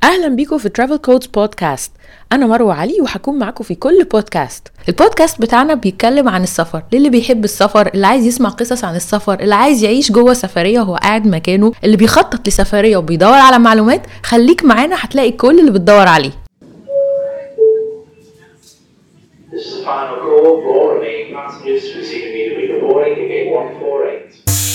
اهلا بيكم في ترافل كودز بودكاست. انا مروه علي وهكون معاكم في كل بودكاست. البودكاست بتاعنا بيتكلم عن السفر، للي بيحب السفر، اللي عايز يسمع قصص عن السفر، اللي عايز يعيش جوه سفريه وهو قاعد مكانه، اللي بيخطط لسفريه وبيدور على معلومات. خليك معانا هتلاقي كل اللي بتدور عليه. This is the final call for remaining passengers receiving immediately boarding ticket 148.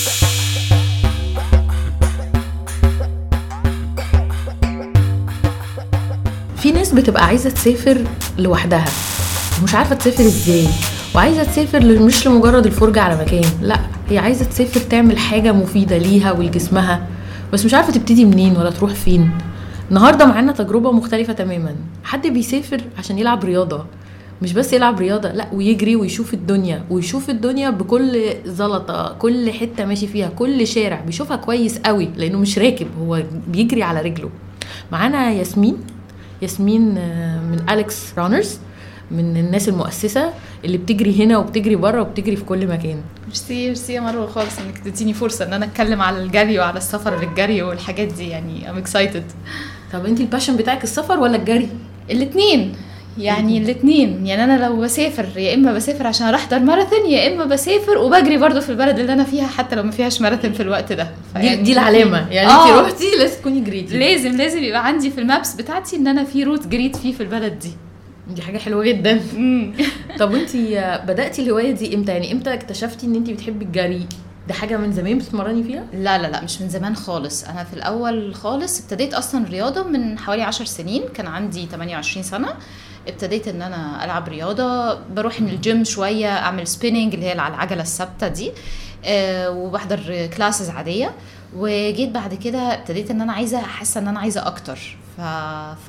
في ناس بتبقى عايزة تسافر لوحدها ومش عارفة تسافر ازاي، وعايزة تسافر مش لمجرد الفرجة على مكان، لا هي عايزة تسافر تعمل حاجة مفيدة ليها ولجسمها، بس مش عارفة تبتدي منين ولا تروح فين. النهاردة معانا تجربة مختلفة تماما. حد بيسافر عشان يلعب رياضة، مش بس يلعب رياضة، لا ويجري ويشوف الدنيا بكل زلطة، كل حتة ماشي فيها، كل شارع بيشوفها كويس قوي لانه مش راكب، هو بيجري على رجله. معانا ياسمين من أليكس رانرز، من الناس المؤسسة اللي بتجري هنا وبتجري بره وبتجري في كل مكان. ميرسي يا مروه خالص انك تديني فرصه ان انا اتكلم على الجري وعلى السفر للجري والحاجات دي، يعني I'm excited. طب انتي الباشن بتاعك السفر ولا الجري؟ الاثنين يعني انا لو بسافر يا اما بسافر عشان اروح احضر ماراثون، يا اما بسافر وبجري برضو في البلد اللي انا فيها حتى لو ما فيهاش ماراثون في الوقت ده. دي العلامه، يعني انتي روحتي لازم تكوني جريتي، لازم يبقى عندي في المابس بتاعتي ان انا في روت جريت فيه في البلد دي حاجه حلوه جدا. طب وانتي بداتي الهوايه دي امتى؟ يعني امتى اكتشفتي ان انتي بتحبي الجري؟ ده حاجه من زمان بتتمرني فيها؟ لا مش من زمان خالص. انا في الاول خالص ابتديت اصلا رياضه من حوالي 10 سنين، كان عندي 28 سنه. ابتديت ان انا العب رياضه، بروح من الجيم شويه، اعمل سبيننج اللي هي على العجله الثابته دي، وبحضر كلاسز عاديه. وجيت بعد كده ابتديت ان انا احس ان انا عايزه اكتر. ففي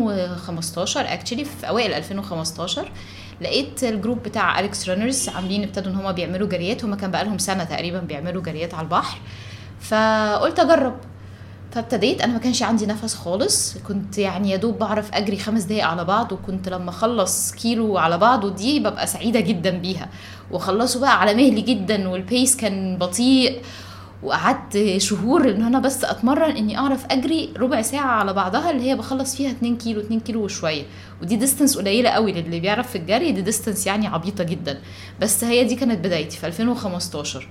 2015 اكشلي في اوائل 2015 لقيت الجروب بتاع أليكس رانرز ابتدوا ان هم بيعملوا جريات. هم كان بقالهم سنه تقريبا بيعملوا جريات على البحر، فقلت اجرب. فابتديت. انا ما كانش عندي نفس خالص، كنت يعني يا دوب بعرف اجري 5 دقايق على بعض، وكنت لما اخلص كيلو على بعضه دي ببقى سعيده جدا بيها، وخلصوا بقى على مهلي جدا والبيس كان بطيء. وقعدت شهور ان انا بس اتمرن اني اعرف اجري ربع ساعه على بعضها، اللي هي بخلص فيها 2 كيلو وشويه، ودي ديستنس قليله قوي للي بيعرف في الجري، دي ديستنس يعني عبيطه جدا. بس هي دي كانت بدايتي في 2015.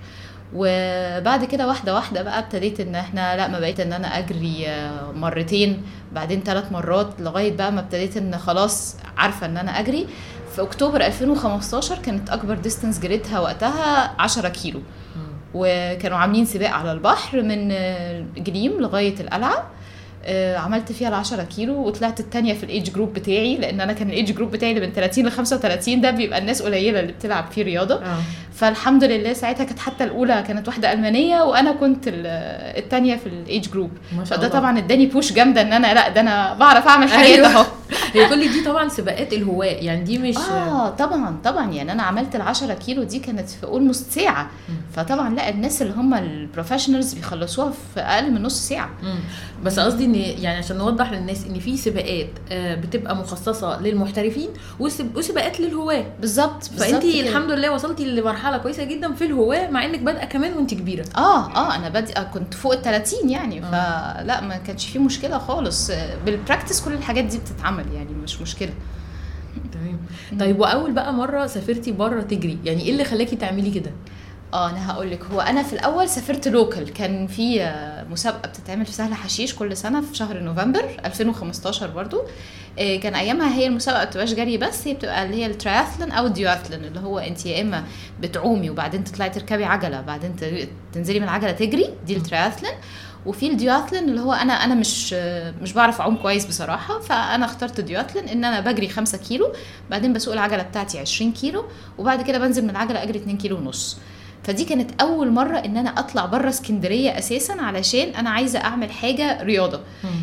وبعد كده واحده بقى ابتديت ان ما بقيت ان انا اجري مرتين، بعدين 3 مرات، لغايه بقى ما ابتديت ان خلاص عارفه ان انا اجري. في اكتوبر 2015 كانت اكبر ديستنس جريتها وقتها 10 كيلو، وكانوا عاملين سباق على البحر من جليم لغايه القلعه. عملت فيها 10 كيلو وطلعت الثانيه في الايج جروب بتاعي، لان انا كان الايج جروب بتاعي اللي من 30 ل 35 ده بيبقى الناس قليله اللي بتلعب فيه رياضه. فالحمد لله ساعتها كانت حتى الاولى كانت واحده المانيه وانا كنت الثانيه في الايج جروب. فده طبعا اداني بوش جامده ان انا ده انا بعرف اعمل حاجات اهو. هي كل دي طبعا سباقات الهواة، يعني دي مش طبعا يعني انا عملت 10 كيلو دي كانت في اولموست ساعه. فطبعا لا، الناس اللي هم البروفيشنالز بيخلصوها في اقل من نص ساعه. بس قصدي ان يعني عشان نوضح للناس ان في سباقات بتبقى مخصصه للمحترفين وسباقات للهواة. بالظبط. فانتي الحمد لله وصلتي لمرحله كويسه جدا في الهواة، مع انك بادئه كمان وانت كبيره. انا بادئه كنت فوق ال30 يعني. فلا ما كانش فيه مشكله خالص، بالبراكتس كل الحاجات دي بتتعمل، يعني مش مشكله. تمام. طيب واول بقى مره سافرتي بره تجري، يعني ايه اللي خلاكي تعملي كده؟ انا هقول لك. هو انا في الاول سافرت لوكال، كان في مسابقه بتتعمل في سهل حشيش كل سنه في شهر نوفمبر 2015 برضو. كان ايامها هي المسابقه ما بتبقاش جري بس، هي بتبقى اللي هي التراياثلون او الديوثلون، اللي هو انت يا اما بتعومي وبعدين تطلعي تركبي عجله بعدين تنزلي من العجله تجري، دي التراياثلون. وفي الديوثلون اللي هو انا مش بعرف اعوم كويس بصراحه، فانا اخترت الديوثلون ان انا بجري 5 كيلو، بعدين بسوق العجله بتاعتي 20 كيلو، وبعد كده بنزل من العجله اجري 2 كيلو ونص. فدي كانت اول مره ان انا اطلع بره اسكندريه اساسا، علشان انا عايزه اعمل حاجه رياضه.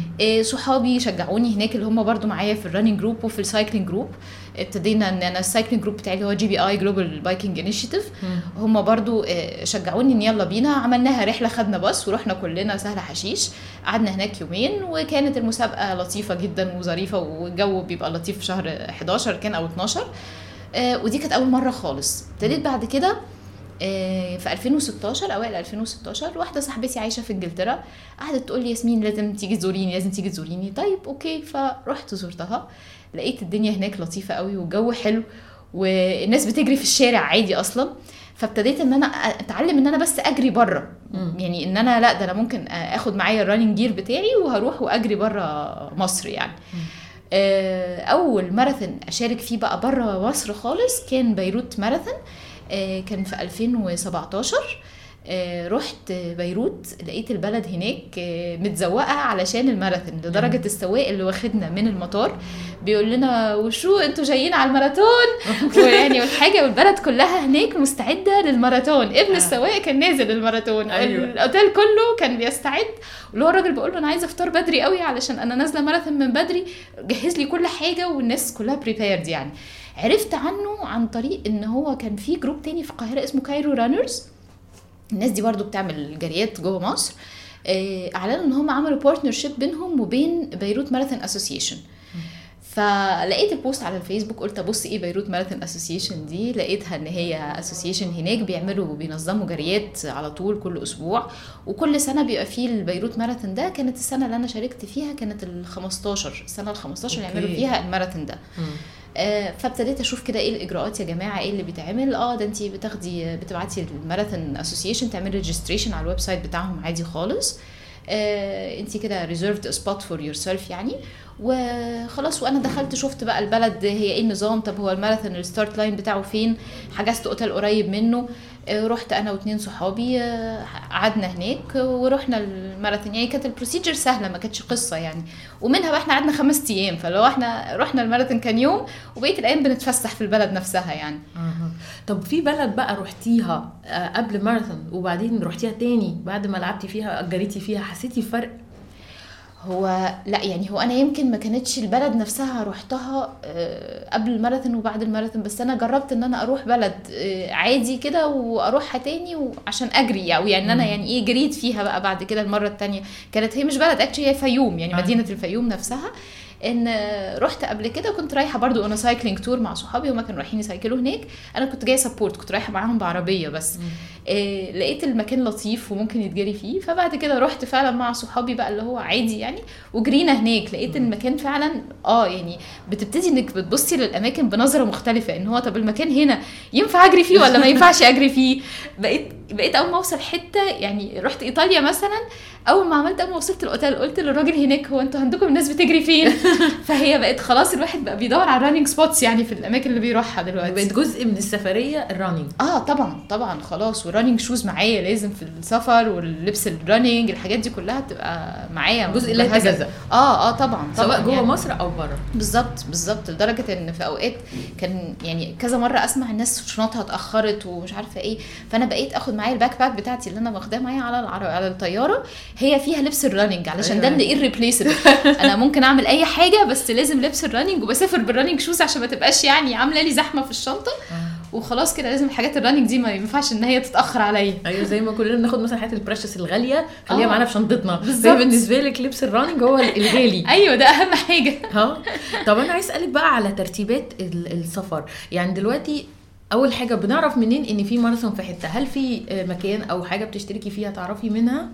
صحابي شجعوني هناك اللي هم برضو معايا في الرننج جروب وفي السايكلينج جروب. ابتدينا ان انا السايكلينج جروب بتاعي اللي هو GBI جلوبال بايكنج انيشيتيف، هم برضو شجعوني ان يلا بينا. عملناها رحله، خدنا باص ورحنا كلنا سهل حشيش، قعدنا هناك يومين، وكانت المسابقه لطيفه جدا وظريفه، والجو بيبقى لطيف في شهر 11 كان او 12. ودي كانت اول مره خالص. ابتديت بعد كده في 2016 اوائل 2016 واحده صاحبتي عايشه في انجلترا قعدت تقول لي ياسمين لازم تيجي تزوريني لازم تيجي تزوريني. طيب اوكي، فرحت زرتها، لقيت الدنيا هناك لطيفه قوي والجو حلو والناس بتجري في الشارع عادي اصلا. فابتديت ان انا اتعلم ان انا بس اجري بره، يعني ان انا لا ده انا ممكن اخد معايا الرانينج جير بتاعي وهروح واجري بره مصر يعني. اول ماراثون اشارك فيه بقى بره مصر خالص كان بيروت ماراثون، كان في 2017. رحت بيروت، لقيت البلد هناك متزوقة علشان الماراثون، لدرجة السواق اللي واخدنا من المطار بيقول لنا وشو انتوا جايين على الماراثون ويعني والحاجة، والبلد كلها هناك مستعدة للماراثون. ابن السواق كان نازل الماراثون. أيوة. الاوتيل كله كان بيستعد، واللي هو الراجل بيقول له انا عايزه افطر بدري قوي علشان انا نازله ماراثون من بدري، جهز لي كل حاجه، والناس كلها بريبيرد يعني. عرفت عنه عن طريق ان هو كان في جروب تاني في القاهره اسمه كايرو رانرز، الناس دي برضو بتعمل جريات جوه مصر. اعلنوا ان هم عملوا بارتنرشيب بينهم وبين بيروت ماراثون اسوسيشن. فلقيت البوست على الفيسبوك، قلت ابص ايه بيروت ماراثون اسوسيشن دي، لقيتها ان هي اسوسيشن هناك بينظموا جريات على طول كل اسبوع، وكل سنه بيبقى فيه البيروت ماراثون ده. كانت السنه اللي انا شاركت فيها كانت السنه ال15 يعملوا فيها الماراثون ده. فابتديت اشوف كده ايه الاجراءات يا جماعه، ايه اللي بيتعمل. ده انتي بتبعتي الماراثون اسوسيشن تعملي ريجستريشن على الويب سايت بتاعهم عادي خالص، انتي كده reserved a spot for yourself يعني، وخلاص. وانا دخلت شفت بقى البلد هي ايه النظام، طب هو الماراثون الستارت لاين بتاعه فين، حجزت اوتيل قريب منه، رحت انا و2 صحابي، قعدنا هناك ورحنا الماراثون. يعني كانت البروسيجر سهله، ما كانتش قصه يعني. ومنها بقى احنا قعدنا 5 ايام، فلو احنا رحنا الماراثون كان يوم وبقيه الايام بنتفسح في البلد نفسها يعني. طب في بلد بقى رحتيها قبل ماراثون وبعدين رحتيها تاني بعد ما لعبتي فيها اجريتي فيها، حسيتي بفرق؟ هو لا يعني هو انا يمكن ما كانتش البلد نفسها رحتها قبل الماراثون وبعد الماراثون، بس انا جربت ان انا اروح بلد عادي كده واروحها تاني وعشان اجري يعني انا يعني ايه جريت فيها بقى بعد كده المره التانية. كانت هي مش بلد اكشلي، هي فيوم يعني مدينه الفيوم نفسها. ان رحت قبل كده كنت رايحه برضو انا سايكلينج تور مع صحابي، وما كانوا رايحين يسايكلوا هناك، انا كنت جايه سبورت، كنت رايحه معاهم بعربيه بس. لقيت المكان لطيف وممكن يتجري فيه، فبعد كده رحت فعلا مع صحابي بقى اللي هو عادي يعني، وجرينا هناك. لقيت المكان فعلا يعني بتبتدي انك بتبصي للاماكن بنظره مختلفه، ان هو طب المكان هنا ينفع اجري فيه ولا ما ينفعش اجري فيه. بقيت اول ما اوصل حته يعني، رحت ايطاليا مثلا، اول ما وصلت الاوتيل قلت للراجل هناك هو انتوا عندكم الناس بتجري فين؟ فهي بقت خلاص الواحد بقى بيدور على الرانينج سبوتس يعني في الاماكن اللي بيروحها دلوقتي، بقت جزء من السفريه الرانينج. طبعا خلاص، والرانينج شوز معايا لازم في السفر، واللبس الرانينج الحاجات دي كلها بتبقى معايا جزء لا يتجزأ. طبعا سواء جوه يعني مصر او بره. بالظبط لدرجه ان في اوقات كان يعني كذا مره اسمع الناس شنطها اتاخرت ومش عارفه ايه، فانا بقيت اخد معايا الباك باك بتاعتي اللي انا واخداها معايا على الطياره، هي فيها لبس الرانينج علشان ده اللي irreplaceable. انا ممكن اعمل اي حاجه بس لازم لبس الرانينج، وبسافر بالرانينج شوز عشان ما تبقاش يعني عامله لي زحمه في الشنطه وخلاص كده. لازم الحاجات الرانينج دي ما ينفعش ان هي تتاخر عليا. ايوه زي ما كلنا بناخد مثلا حاجات البريشس الغاليه خليها معانا في شنطتنا، زي بالنسبه لك لبس الرانينج هو الغالي. ايوه ده اهم حاجه. طب انا عايز اسالك بقى على ترتيبات السفر. يعني دلوقتي اول حاجه بنعرف منين ان في ماراثون في حته؟ هل في مكان او حاجه بتشتركي فيها تعرفي منها؟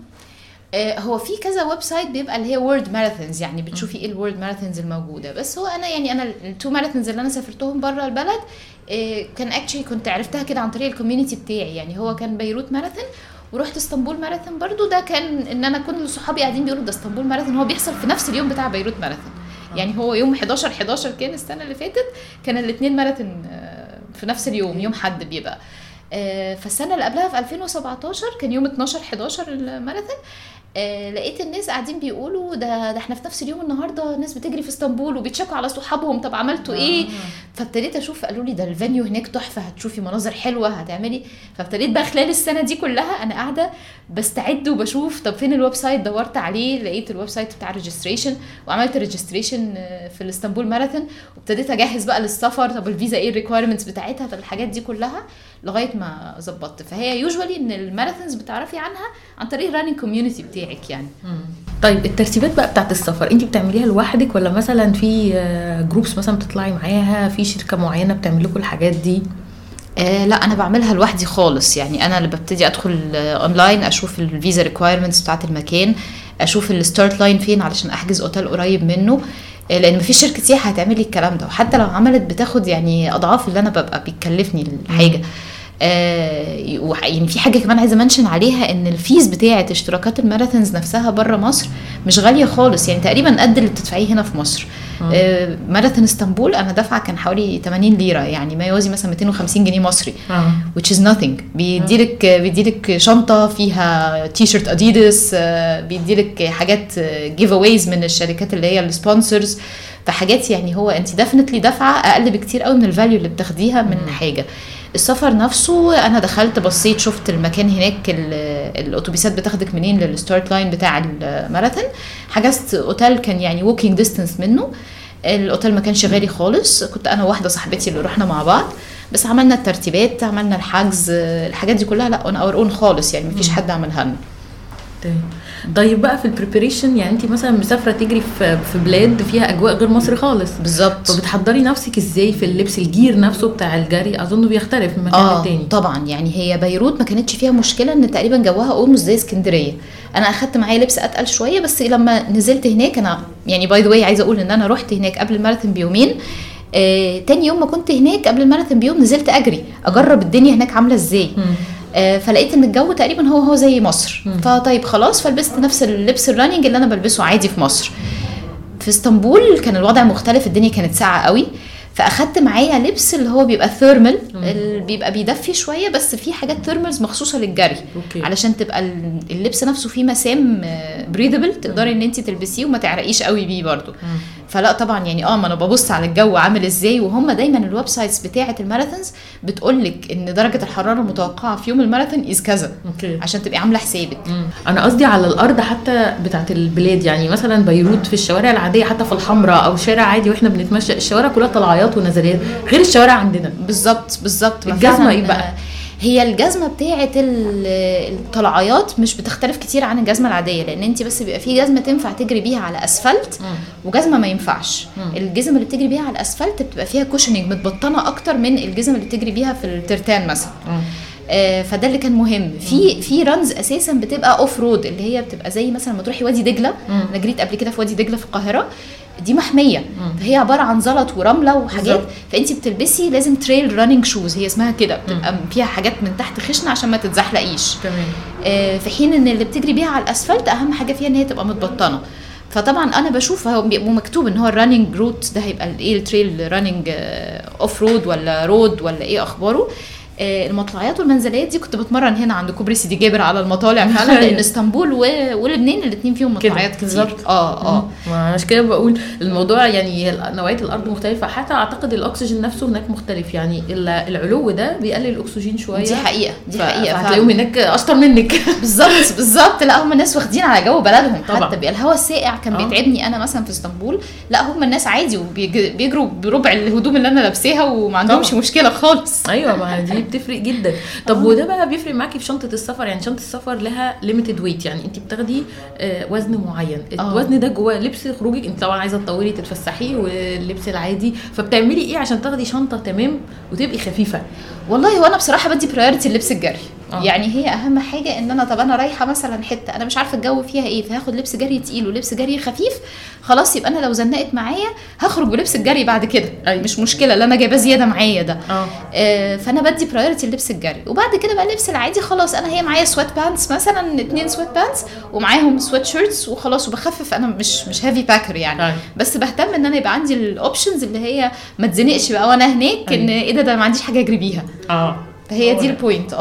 هو في كذا ويب سايت بيبقى اللي هي وورد ماراثونز، يعني بتشوفي ايه الوورد ماراثونز الموجوده. بس هو انا التو ماراثونز اللي انا سافرتهم بره البلد كان اكشلي كنت عرفتها كده عن طريق الكوميونتي بتاعي. يعني هو كان بيروت ماراثون، ورحت اسطنبول ماراثون برضو. ده كان ان انا كل صحابي قاعدين بيقولوا ده اسطنبول ماراثون هو بيحصل في نفس اليوم بتاع بيروت ماراثون. يعني هو يوم 11 كان السنه اللي فاتت، كان الاثنين ماراثون في نفس اليوم، يوم حد بيبقى. فالسنه اللي قبلها في 2017 كان يوم 12-11 الماراثون. لقيت الناس قاعدين بيقولوا ده احنا في نفس اليوم النهارده الناس بتجري في اسطنبول، وبيتشكوا على صحابهم طب عملتوا ايه. فابتديت اشوف، قالوا لي ده الفانيو هناك تحفه، هتشوفي مناظر حلوه هتعملي. فابتديت بقى خلال السنه دي كلها انا قاعده بستعد وبشوف طب فين الويب سايت، دورت عليه لقيت الويب سايت بتاع ريجستريشن، وعملت ريجستريشن في الاسطنبول ماراثون، وابتديت اجهز بقى للسفر. طب الفيزا ايه الريكويرمنتس بتاعتها، طب الحاجات دي كلها لغايه ما ظبطت. فهي يوجوالي ان الماراثونز بتعرفي عنها عن طريق الرانينج كوميونتي بتاعك يعني. طيب الترتيبات بقى بتاعت السفر انت بتعمليها لوحدك ولا مثلا في جروبس مثلا بتطلعي معاها في شركه معينه بتعمل لكم الحاجات دي؟ لا انا بعملها لوحدي خالص. يعني انا اللي ببتدي ادخل اونلاين اشوف الفيزا ريكوايرمنتس بتاعه المكان، اشوف الستارت لاين فين علشان احجز اوتيل قريب منه، لان مفيش شركه سياحه هتعمل لي الكلام ده، وحتى لو عملت بتاخد يعني اضعاف اللي انا ببقى بيكلفني الحاجه. يعني في حاجه كمان عايزه منشن عليها، ان الفيز بتاعه اشتراكات الماراثونز نفسها بره مصر مش غاليه خالص، يعني تقريبا قد اللي بتدفعيه هنا في مصر. ماراثون اسطنبول انا دافعه كان حوالي 80 ليره، يعني ما يوازي مثلا 250 جنيه مصري، which is nothing. بيديلك شنطه فيها تي شيرت اديداس، بيديلك حاجات جيف اويز من الشركات اللي هي السبونسرز، فحاجات يعني هو انت ديفنتلي دافعه اقل بكتير قوي من الفاليو اللي بتاخديها من حاجه. السفر نفسه انا دخلت بصيت شفت المكان هناك، الاتوبيسات بتاخدك منين للستارت لاين بتاع الماراثون. حجزت اوتيل كان يعني ووكينج ديستانس منه، الاوتيل ما كانش غالي خالص، كنت انا واحده صاحبتي اللي رحنا مع بعض، بس عملنا الترتيبات، عملنا الحجز، الحاجات دي كلها لا اون اور اون خالص، يعني مفيش حد عملها لنا. طيب بقى في البريبريشن، يعني انت مثلا مسافره تجري في بلاد فيها اجواء غير مصر خالص، بالظبط، فبتحضري نفسك ازاي في اللبس؟ الجير نفسه بتاع الجري اظن بيختلف من مكان للتاني. طبعا يعني هي بيروت ما كانتش فيها مشكله، ان تقريبا جوها اولموست زي اسكندريه. انا اخدت معايا لبس اتقل شويه، بس لما نزلت هناك انا يعني باي ذا واي عايزه اقول ان انا رحت هناك قبل الماراثون بيومين. تاني يوم ما كنت هناك قبل الماراثون بيوم نزلت اجري اجرب الدنيا هناك عامله ازاي. فلقيت ان الجو تقريبا هو زي مصر. فطيب خلاص، فلبست نفس اللبس الرانينج اللي انا بلبسه عادي في مصر. في اسطنبول كان الوضع مختلف، الدنيا كانت ساقعه قوي، فاخدت معايا لبس اللي هو بيبقى ثيرمال، اللي بيبقى بيدفي شويه، بس في حاجات ثيرمالز مخصوصه للجري. علشان تبقى اللبس نفسه فيه مسام بريدبل، تقدري ان انت تلبسيه وما تعرقيش قوي بيه برضو. فلا طبعا يعني ما انا ببص على الجو عامل ازاي، وهم دايما الويب سايتس بتاعه الماراثونز بتقولك ان درجه الحراره المتوقعه في يوم الماراثون از كذا، عشان تبقي عامله حسابك. انا قصدي على الارض حتى بتاعه البلاد، يعني مثلا بيروت في الشوارع العاديه حتى في الحمراء او شارع عادي واحنا بنتمشى، الشوارع كلها طلعيات ونزلات غير الشوارع عندنا. بالظبط. الجزمه ايه بقى؟ هي الجزمه بتاعه الطلعيات مش بتختلف كتير عن الجزمه العاديه، لان انت بس بيبقى في جزمه تنفع تجري بيها على اسفلت، وجزمه ما ينفعش. الجزمه اللي بتجري بيها على الاسفلت بتبقى فيها كوشنينج متبطنه اكتر من الجزمه اللي بتجري بيها في الترتان مثلا. فده اللي كان مهم. في رانز اساسا بتبقى اوف رود، اللي هي بتبقى زي مثلا ما تروحي وادي دجله. انا جريت قبل كده في وادي دجله في القاهره، دي محميه، فهي عباره عن زلط ورمله وحاجات، فانت بتلبسي لازم تريل رانينج شوز، هي اسمها كده، بتبقى فيها حاجات من تحت خشنه عشان ما تتزحلقيش. في حين ان اللي بتجري بيها على الاسفلت اهم حاجه فيها ان هي تبقى متبطنه. فطبعا انا بشوفها مكتوب ان هو الرانينج روت ده هيبقى ايه، التريل رانينج اوف رود ولا رود ولا ايه اخباره. المطلعيات والمنزليات دي كنت بتمرن هنا عند كوبري سيدي جابر على المطالع فعلا، لان اسطنبول ولبنان الاثنين فيهم مطلعيات كتير. عشان كده بقول الموضوع يعني نوعيه الارض مختلفه، حتى اعتقد الاكسجين نفسه هناك مختلف، يعني العلو ده بيقلل الاكسجين شويه. دي حقيقه هتلاقيهم هناك اشطر منك. بالظبط. لا هم الناس واخدين على جو بلدهم طبعا. حتى بيبقى الهواء الساقع كان بيتعبني انا مثلا في اسطنبول، لا هم الناس عادي وبيجروا بربع الهدوم اللي انا لابساها وما عندهمش مشكله خالص. ايوه، ما دي بتفرق جدا. طب وده بقى بيفرق معاكي في شنطه السفر؟ يعني شنطه السفر لها ليميتد ويت، يعني انت بتاخدي وزن معين، الوزن ده جواه لبس خروجك، انت طبعا عايزه تطوري تتفسحي واللبس العادي، فبتعملي ايه عشان تاخدي شنطه تمام وتبقي خفيفه؟ والله هو انا بصراحه بدي برايورتي اللبس الجري. يعني هي اهم حاجه ان انا رايحه مثلا حته انا مش عارفه الجو فيها ايه، فهاخد لبس جري تقيل ولبس جري خفيف، خلاص يبقى انا لو زنقت معايا هخرج بلبس الجري بعد كده. مش مشكله اللي انا جايبه زياده معايا ده. فانا بدي برايورتي اللبس الجري، وبعد كده بقى اللبس العادي خلاص انا هي معايا سويت بانتس مثلا 2 سويت بانتس ومعاهم سويت شيرتس وخلاص، وبخفف. انا مش هيفي باكر يعني. بس بهتم ان انا يبقى عندي الاوبشنز اللي هي ما تزنقش بقى وانا هناك ان ايه ده ما عنديش حاجه اجري بيها. فهي دي البوينت.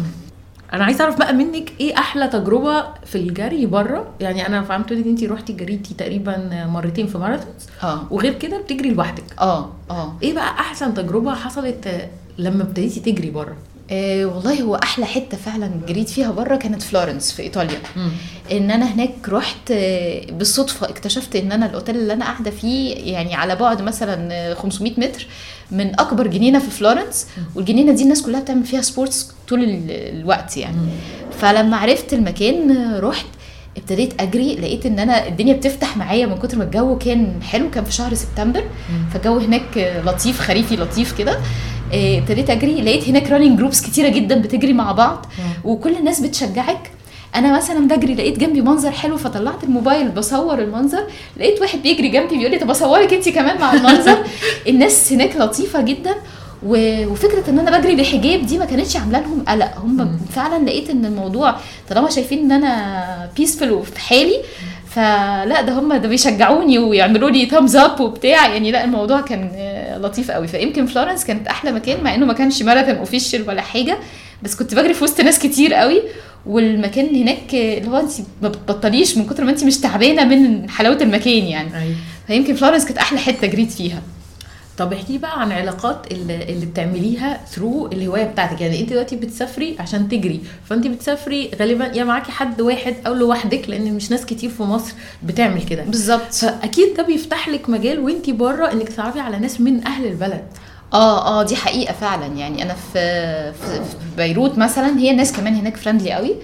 انا عايزه اعرف بقى منك ايه احلى تجربه في الجري بره؟ يعني انا فهمت ان انت روحتي جريتي تقريبا مرتين في ماراثونز، وغير كده بتجري لوحدك. ايه بقى احسن تجربه حصلت لما ابتديتي تجري بره؟ والله هو احلى حته فعلا جريت فيها بره كانت فلورنس في ايطاليا. ان انا هناك رحت بالصدفه اكتشفت ان انا الاوتيل اللي انا قاعده فيه يعني على بعد مثلا 500 متر من اكبر جنينه في فلورنس، والجنينه دي الناس كلها بتعمل فيها سبورتس طول الوقت يعني. فلما عرفت المكان رحت ابتديت اجري، لقيت ان انا الدنيا بتفتح معايا من كتر ما الجو كان حلو. كان في شهر سبتمبر، فالجو هناك لطيف، خريفي لطيف كده. ابتديت اجري، لقيت هناك رانينج جروبس كتيره جدا بتجري مع بعض وكل الناس بتشجعك. انا مثلا بجري لقيت جنبي منظر حلو فطلعت الموبايل بصور المنظر، لقيت واحد بيجري جنبي بيقول لي طب اصورك انت كمان مع المنظر. الناس هناك لطيفه جدا، وفكره ان انا بجري بحجاب دي ما كانتش عامله لهم قلق. هم فعلا لقيت ان الموضوع طالما شايفين ان انا بيسفل وفي حالي، فلا ده هم ده بيشجعوني ويعملوا لي thumbs up وبتاع يعني. لا الموضوع كان لطيف قوي. فيمكن فلورنس كانت احلى مكان، مع انه ما كانش ماراثون اوفيشال ولا حاجه، بس كنت بجري في وسط ناس كتير قوي، والمكان هناك اللي هو انت ما بتبطليش من كتر ما انت مش تعبانه من حلاوه المكان يعني. أيوة. فيمكن فلورنس كانت احلى حته جريت فيها. طب احكي بقى عن علاقات اللي بتعمليها ثرو الهوايه بتاعتك. يعني انت دلوقتي بتسافري عشان تجري، فانت بتسافري غالبا يا معاكي حد واحد او لوحدك، لان مش ناس كتير في مصر بتعمل كده. بالظبط. فاكيد ده بيفتح لك مجال وانت بره انك تعرفي على ناس من اهل البلد. دي حقيقه فعلا. يعني انا في بيروت مثلا، هي الناس كمان هناك فريندلي قوي،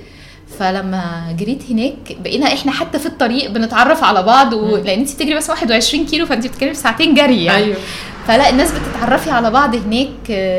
فلما جريت هناك بقينا احنا حتى في الطريق بنتعرف على بعض لان انت بتجري بس 21 كيلو فانت بتتكلمي في ساعتين جري يعني. أيوه. فلا الناس بتتعرفي على بعض هناك،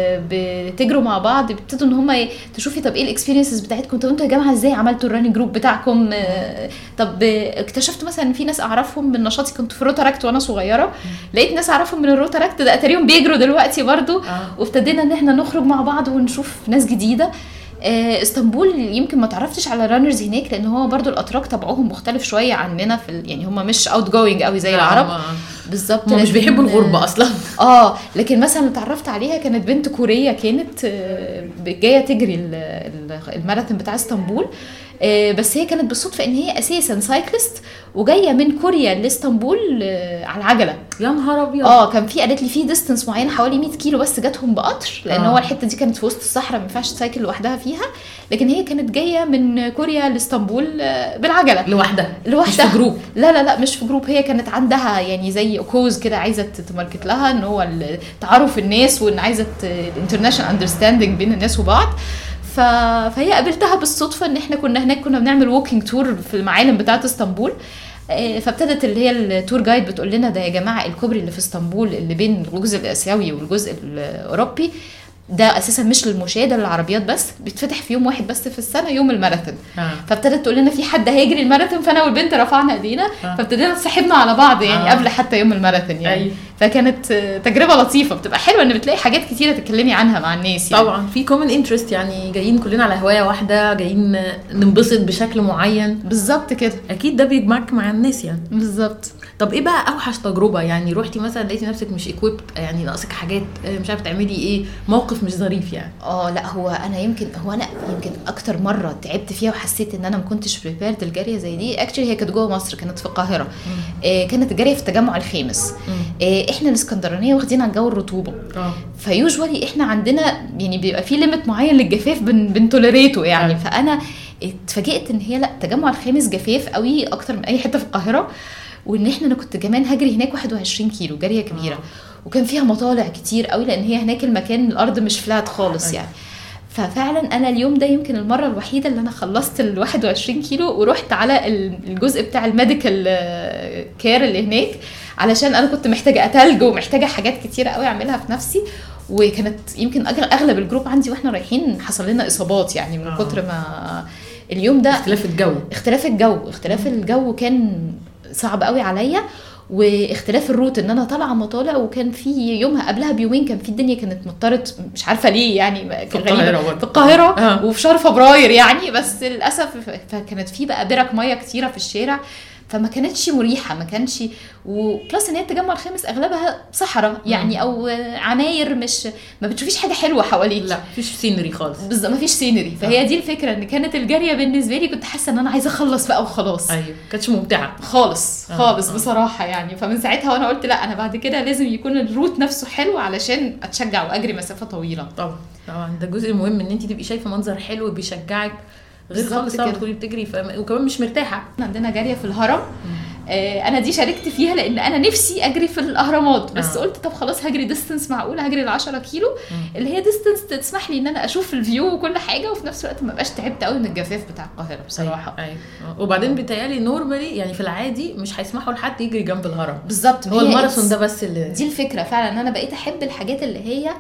بتجروا مع بعض، بيبتدوا ان هم تشوفي طب ايه الاكسبيرينسز بتاعتكم، طب انتوا يا جماعه ازاي عملتوا الرانينج جروب بتاعكم، طب اكتشفت مثلا ان في ناس اعرفهم من نشاطي كنت في روتاراكت وانا صغيره، لقيت ناس اعرفهم من الروتاراكت ده اتاريهم بيجروا دلوقتي برضو، وابتدينا ان احنا نخرج مع بعض ونشوف ناس جديده. اسطنبول يمكن ما تعرفتش على رانرز هناك لان هو برضو الاتراك طبعهم مختلف شويه عننا في يعني هم مش اوت جوينج قوي زي العرب. بالظبط، هم مش بيحبوا الغربه اصلا. لكن مثلا اتعرفت عليها كانت بنت كوريه، كانت جايه تجري الماراثون بتاع اسطنبول، بس هي كانت بالصدفه ان هي اساسا سايكلست وجايه من كوريا لاسطنبول على العجله. يا نهار ابيض. كان في قالت لي في ديستنس معين حوالي 100 كيلو بس جاتهم بقطر، لان هو الحته دي كانت في وسط الصحراء ما ينفعش تسايكل لوحدها فيها، لكن هي كانت جايه من كوريا لاسطنبول بالعجله لوحدها مش في جروب. لا مش في جروب، هي كانت عندها يعني زي كوز كده عايزه تماركت لها ان هو تعرف الناس وان عايزه الانترناشونال اندرستاندينج بين الناس وبعض. فهي قابلتها بالصدفه ان احنا كنا هناك كنا بنعمل ووكينج تور في المعالم بتاعه اسطنبول، فابتدت اللي هي التور جايد بتقول لنا ده يا جماعه الكوبري اللي في اسطنبول اللي بين الجزء الاسيوي والجزء الاوروبي ده اساسا مش للمشاة، ده للعربيات بس، بيتفتح في يوم واحد بس في السنه يوم الماراثون. فابتدت تقول لنا في حد هيجري الماراثون، فانا والبنت رفعنا ايدينا فابتدينا نصاحبنا على بعض يعني قبل حتى يوم الماراثون يعني. فكانت تجربه لطيفه، بتبقى حلوه ان بتلاقي حاجات كتيره تتكلمي عنها مع الناس يعني. طبعا في كومن انترست، يعني جايين كلنا على هوايه واحده، جايين ننبسط بشكل معين. بالظبط كده، اكيد ده بيجمعك مع الناس يعني. بالظبط. طب ايه بقى اوحش تجربه؟ يعني روحتي مثلا لقيتي نفسك مش ايكويبد، يعني ناقصك حاجات، مش عارفه تعملي ايه، موقف مش ظريف يعني. لا هو انا يمكن اكتر مره تعبت فيها وحسيت ان انا ما كنتش بريبيرد الجاريه زي دي. اكشلي هي كانت جوه مصر، كانت في القاهره. كانت الجاريه في التجمع الخامس. احنا الاسكندرانيه واخدين على جو الرطوبه، فيوجوالي احنا عندنا يعني بيبقى في ليميت معين للجفاف بنتوليريته يعني. فانا اتفاجئت ان هي لا، التجمع الخامس جفاف قوي اكتر من اي حته في القاهره، وان انا كنت كمان هجري هناك 21 كيلو جاريه كبيره، وكان فيها مطالع كتير قوي لان هي هناك المكان الارض مش فلات خالص يعني. ففعلا انا اليوم ده يمكن المره الوحيده اللي انا خلصت ال 21 كيلو ورحت على الجزء بتاع الميديكال كير اللي هناك، علشان انا كنت محتاجه اتلج ومحتاجه حاجات كتيره قوي اعملها في نفسي. وكانت يمكن اغلب الجروب عندي واحنا رايحين حصل لنا اصابات يعني من كتر ما اليوم ده اختلاف الجو كان صعب قوي عليا، واختلاف الروت ان انا طالعه مطالع، وكان في يومها قبلها بيومين كان في الدنيا كانت مطرت مش عارفه ليه يعني، في القاهره وفي شهر فبراير يعني، بس للاسف فكانت في بقى برك ميه كتيره في الشارع، فما كانتش مريحه، ما كانش. وبلس ان هي التجمع الخامس اغلبها صحراء يعني او عماير، مش ما بتشوفيش حاجه حلوه حواليك، لا مفيش سينري خالص. بالظبط مفيش سينري. فهي دي الفكره، ان كانت الجاريه بالنسبه لي كنت حاسه ان انا عايزه اخلص بقى وخلاص. ايوه كانتش ممتعه خالص بصراحه يعني. فمن ساعتها وانا قلت لا، انا بعد كده لازم يكون الروت نفسه حلو علشان اتشجع واجري مسافه طويله. طبعا ده جزء مهم، ان انت تبقي شايفه منظر حلو بيشجعك، غير خالص طبعا تكوني بتجري وكمان مش مرتاحه. عندنا جاريه في الهرم، انا دي شاركت فيها لان انا نفسي اجري في الاهرامات، بس قلت طب خلاص هجري ديستنس معقوله، هجري ال10 كيلو اللي هي ديستنس تسمح لي ان انا اشوف الفيو وكل حاجه، وفي نفس الوقت ما بقاش تعبت قوي من الجفاف بتاع القاهره بصراحه. ايوه وبعدين بيتهيألي نورمالي يعني في العادي مش هيسمحوا لحد يجري جنب الهرم. بالظبط، هو الماراثون ده بس اللي دي الفكره فعلا، ان انا بقيت احب الحاجات اللي هي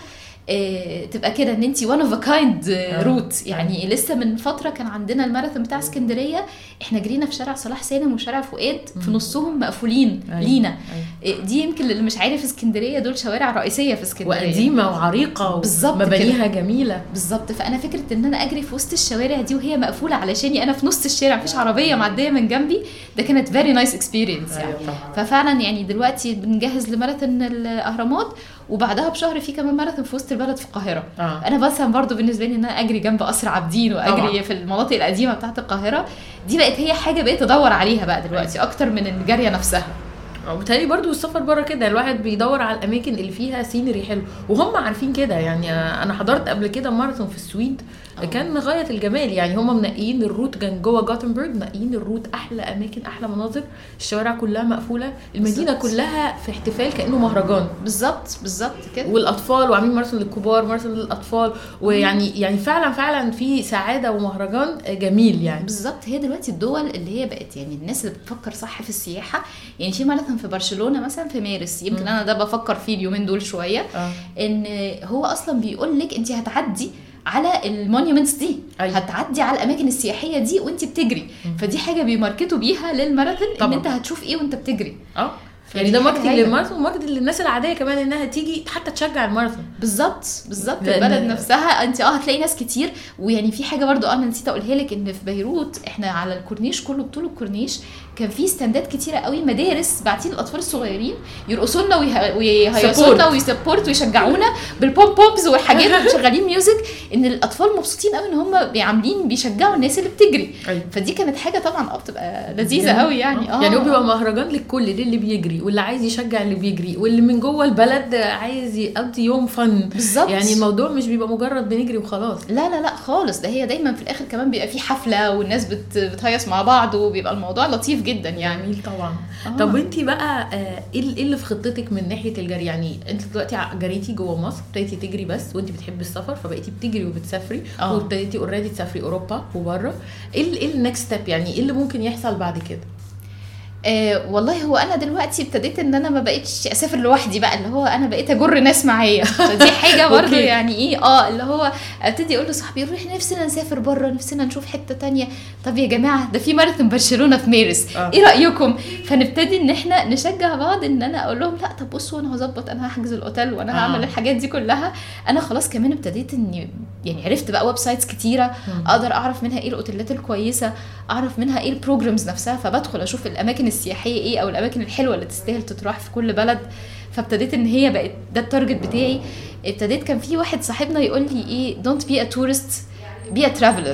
تبقى كده ان انت one of a kind روت. يعني لسه من فتره كان عندنا الماراثون بتاع اسكندريه، احنا جرينا في شارع صلاح سالم وشارع فؤاد، في نصهم مقفولين لينا. دي يمكن اللي مش عارف اسكندريه دول شوارع رئيسيه في اسكندريه وقديمه وعريقه ومبانيها جميله بالظبط. فانا فكره ان انا اجري في وسط الشوارع دي وهي مقفوله علشاني انا في نص الشارع مفيش عربيه معديه من جنبي، ده كانت very nice experience يعني. ففعلا يعني دلوقتي بنجهز لماراثون الاهرامات، وبعدها بشهر في كمان ماراثون في وسط البلد في القاهره. انا مثلا برضو بالنسبه لي ان انا اجري جنب قصر عابدين واجري في المناطق القديمه بتاعه القاهره، دي بقت هي حاجه بقيت ادور عليها بقى دلوقتي اكتر من الجريه نفسها. وبالتالي برضو السفر بره كده الواحد بيدور على الاماكن اللي فيها سينري حلو، وهم عارفين كده. يعني انا حضرت قبل كده ماراثون في السويد كان غايه الجمال. يعني هم منقيين الروت كان جوه جوتنبرج، منقيين الروت احلى اماكن احلى مناظر، الشوارع كلها مقفوله، المدينه كلها في احتفال كانه مهرجان. بالظبط كده. والاطفال وعاملين ماراثون للكبار ماراثون للاطفال، ويعني فعلا في سعاده ومهرجان جميل يعني. بالظبط. هي دلوقتي الدول اللي هي بقت يعني الناس اللي بتفكر صح في السياحه، يعني في ماراثون في برشلونه مثلا في مارس، يمكن انا ده بفكر فيه اليومين دول شويه. ان هو اصلا بيقول لك انت هتعدي على المونيومنتس دي، هتعدي على الاماكن السياحيه دي وانت بتجري. فدي حاجه بيماركتوا بيها للماراثون ان انت هتشوف ايه وانت بتجري. يعني ده ماركتنج للماراثون وماركتنج للناس العاديه كمان انها تيجي حتى تشجع الماراثون. بالظبط البلد نفسها انت هتلاقي ناس كتير. ويعني في حاجه برضو انا نسيت اقولها لك، ان في بيروت احنا على الكورنيش كله بطول الكورنيش كان في ستاندات كتيره قوي، مدارس باعتين الاطفال الصغيرين يرقصوا لنا ويهيصوا لنا ويسبورت ويشجعونا بالبوم بومز والحاجات وشغالين ميوزك، ان الاطفال مبسوطين قوي ان هم عاملين بيشجعوا الناس اللي بتجري. فدي كانت حاجه طبعا بتبقى لذيذه قوي يعني. يعني هو بيبقى مهرجان للكل، للي بيجري واللي عايز يشجع اللي بيجري واللي من جوه البلد عايز يقضي يوم فن. بالظبط. يعني الموضوع مش بيبقى مجرد بنجري وخلاص، لا خالص، ده هي دايما في الاخر كمان بيبقى في حفله والناس بتهيص مع بعض وبيبقى الموضوع لطيف جدا يعني. جميل طبعا. طب انتي بقى ايه اللي في خطتك من ناحيه الجري؟ يعني انت دلوقتي جريتي جوه مصر، ابتديتي تجري بس وانتي بتحبي السفر فبقيتي بتجري وبتسافري، وابتديتي اوريدي تسافري اوروبا وبره. ايه النكست ستيب؟ يعني ايه اللي ممكن يحصل بعد كده؟ والله هو انا دلوقتي ابتديت ان انا ما بقيتش اسافر لوحدي بقى، اللي هو انا بقيت اجر ناس معايا. فدي حاجه برضو يعني ايه اللي هو ابتدي اقول لصاحبي روح نفسنا نسافر بره، نفسنا نشوف حته تانية. طب يا جماعه ده في ماراثون برشلونه في مارس، ايه رايكم؟ فنبتدي ان احنا نشجع بعض، ان انا اقول لهم لا طب بصوا انا هظبط، انا هحجز الاوتيل وانا هعمل الحاجات دي كلها. انا خلاص كمان ابتديت اني يعني عرفت بقى ويب سايتس كتيره اقدر اعرف منها ايه الاوتيلات الكويسه، اعرف منها ايه البروجرامز نفسها، فبدخل اشوف الاماكن السياحيه ايه او الاماكن الحلوه اللي تستاهل تتراح في كل بلد. فابتديت ان هي بقت ده التارجت بتاعي. ابتديت كان في واحد صاحبنا يقول لي ايه don't be a tourist be a traveler.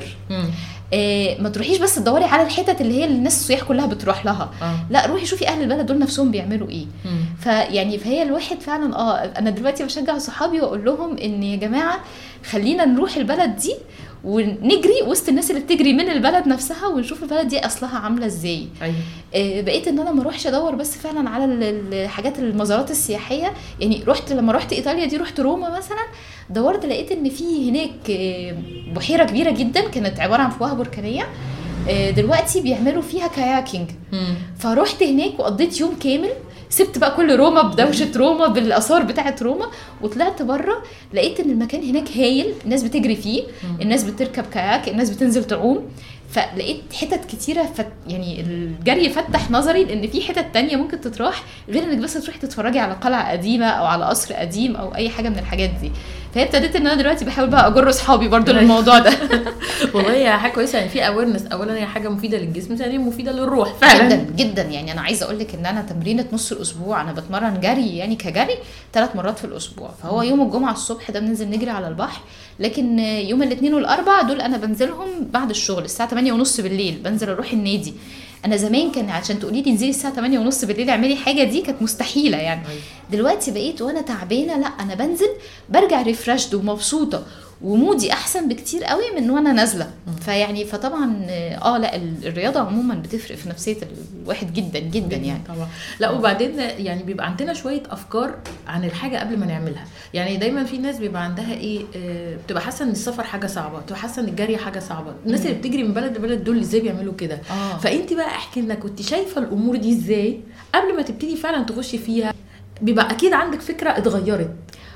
ما تروحيش بس تدوري على الحتت اللي هي الناس السياح كلها بتروح لها، لا روحي شوفي اهل البلد دول نفسهم بيعملوا ايه. فهي الواحد فعلا انا دلوقتي بشجع صحابي واقول لهم ان يا جماعه خلينا نروح البلد دي ونجري وسط الناس اللي بتجري من البلد نفسها ونشوف البلد دي اصلها عامله ازاي. بقيت ان انا ما اروحش ادور بس فعلا على الحاجات المزارات السياحيه. يعني لما رحت ايطاليا دي، رحت روما مثلا، دورت لقيت ان في هناك بحيره كبيره جدا كانت عباره عن فوهه بركانيه، دلوقتي بيعملوا فيها كاياكينج. فروحت هناك وقضيت يوم كامل، سبت بقى كل روما بدوشه روما بالاثار بتاعه روما، وطلعت بره لقيت ان المكان هناك هايل، الناس بتجري فيه، الناس بتركب كاياك، الناس بتنزل تعوم. فلقيت حتت كتيره يعني الجري فتح نظري لان في حتت تانية ممكن تتراح غير انك بس تروحي تتفرجي على قلعه قديمه او على قصر قديم او اي حاجه من الحاجات دي. فهي ابتديت ان انا دلوقتي بحاول بقى اجر اصحابي برضو للموضوع ده. والله هي حاجه كويسه، يعني في اويرنس. اولا هي حاجه مفيده للجسم، ثانيا مفيده للروح فعلا جدا جدا. يعني انا عايزه اقول لك ان انا تمرينه نص الاسبوع انا بتمرن جري، يعني كجري 3 مرات في الاسبوع. فهو يوم الجمعه الصبح ده بننزل نجري على البحر، لكن يوم الاثنين والاربع دول انا بنزلهم بعد الشغل الساعه 8:30 بالليل، بنزل اروح النادي. انا زمان كان عشان تقولي لي انزلي الساعه 8:30 بالليل اعملي حاجه دي كانت مستحيله يعني. دلوقتي بقيت وانا تعبانه لا انا بنزل برجع ريفرشد ومبسوطه ومودي احسن بكتير قوي من وانا نازله. فيعني فطبعا لا الرياضه عموما بتفرق في نفسيه الواحد جدا جدا يعني طبعا. لا وبعدين يعني بيبقى عندنا شويه افكار عن الحاجه قبل ما نعملها. يعني دايما في ناس بيبقى عندها ايه بتبقى حاسه ان السفر حاجه صعبه، بتبقى حاسه ان الجري حاجه صعبه. الناس اللي بتجري من بلد لبلد دول ازاي بيعملوا كده؟ فانت بقى احكي لنا كنت شايفه الامور دي ازاي قبل ما تبتدي فعلا تخشي فيها؟ بيبقى اكيد عندك فكره اتغيرت.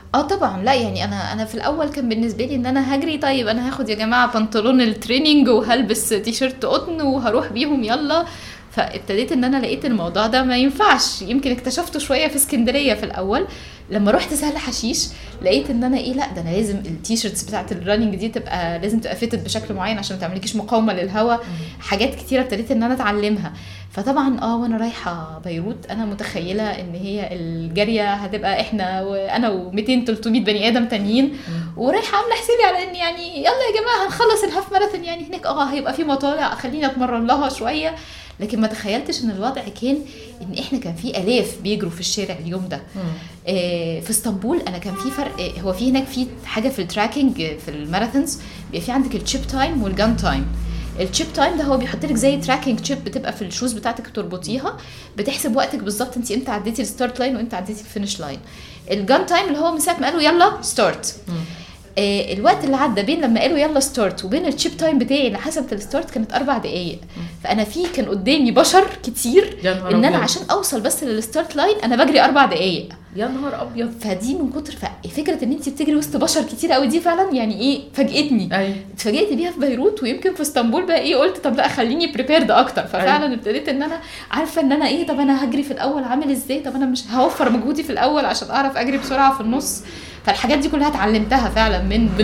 طبعا. لا يعني انا في الاول كان بالنسبه لي ان انا هجري، طيب انا هاخد يا جماعه بنطلون التريننج وهلبس تيشيرت قطن وهروح بيهم يلا. فابتديت ان انا لقيت الموضوع ده ما ينفعش. يمكن اكتشفته شويه في اسكندريه في الاول لما رحت سهل حشيش، لقيت ان انا لا ده انا لازم التيشيرتس بتاعت الرننج دي لازم تبقى فيتد بشكل معين عشان ما تعملكيش مقاومه للهواء. حاجات كتيره ابتديت ان انا اتعلمها. فطبعا وانا رايحه بيروت انا متخيله ان هي الجاريه هتبقى احنا وانا و200 300 بني ادم تانيين، ورايحه عامله حسابي على ان يعني يلا يا جماعه هنخلص الهاف ماراثون، يعني هناك هيبقى في مطالع خلينا اتمرن لها شويه. لكن ما تخيلتش ان الوضع كان ان احنا كان في الاف بيجروا في الشارع اليوم ده. في اسطنبول انا كان في فرق. هو في هناك في حاجه في التراكنج في الماراثونز، بيبقى في عندك التشيب تايم والجان تايم. التشيب تايم ده هو بيحط لك زي تراكنج تشيب بتبقى في الشوز بتاعتك تربطيها، بتحسب وقتك بالظبط انت امتى عديتي الستارت لاين وانت عديتي الفينش لاين. الجان تايم اللي هو من ساعه ما قالوا يلا ستارت، الوقت اللي عدى بين لما قالوا يلا ستارت وبين التشيب تايم بتاعي اللي حسبت الستارت كانت 4 دقايق. فانا كان قدامي بشر كتير ان انا عشان اوصل بس للستارت لاين انا بجري 4 دقايق. يا نهار ابيض. فدي من كتر فكره ان انت بتجري وسط بشر كتير قوي دي فعلا يعني فاجئتني. اتفاجئت بيها في بيروت، ويمكن في اسطنبول بقى قلت طب لا خليني بريبيرد اكتر. ففعلا ابتديت ان انا عارفه ان انا طب انا هجري في الاول عامل ازاي، طب انا مش هوفر مجهودي في الاول عشان اعرف اجري بسرعه في النص. فالحاجات دي كلها اتعلمتها فعلا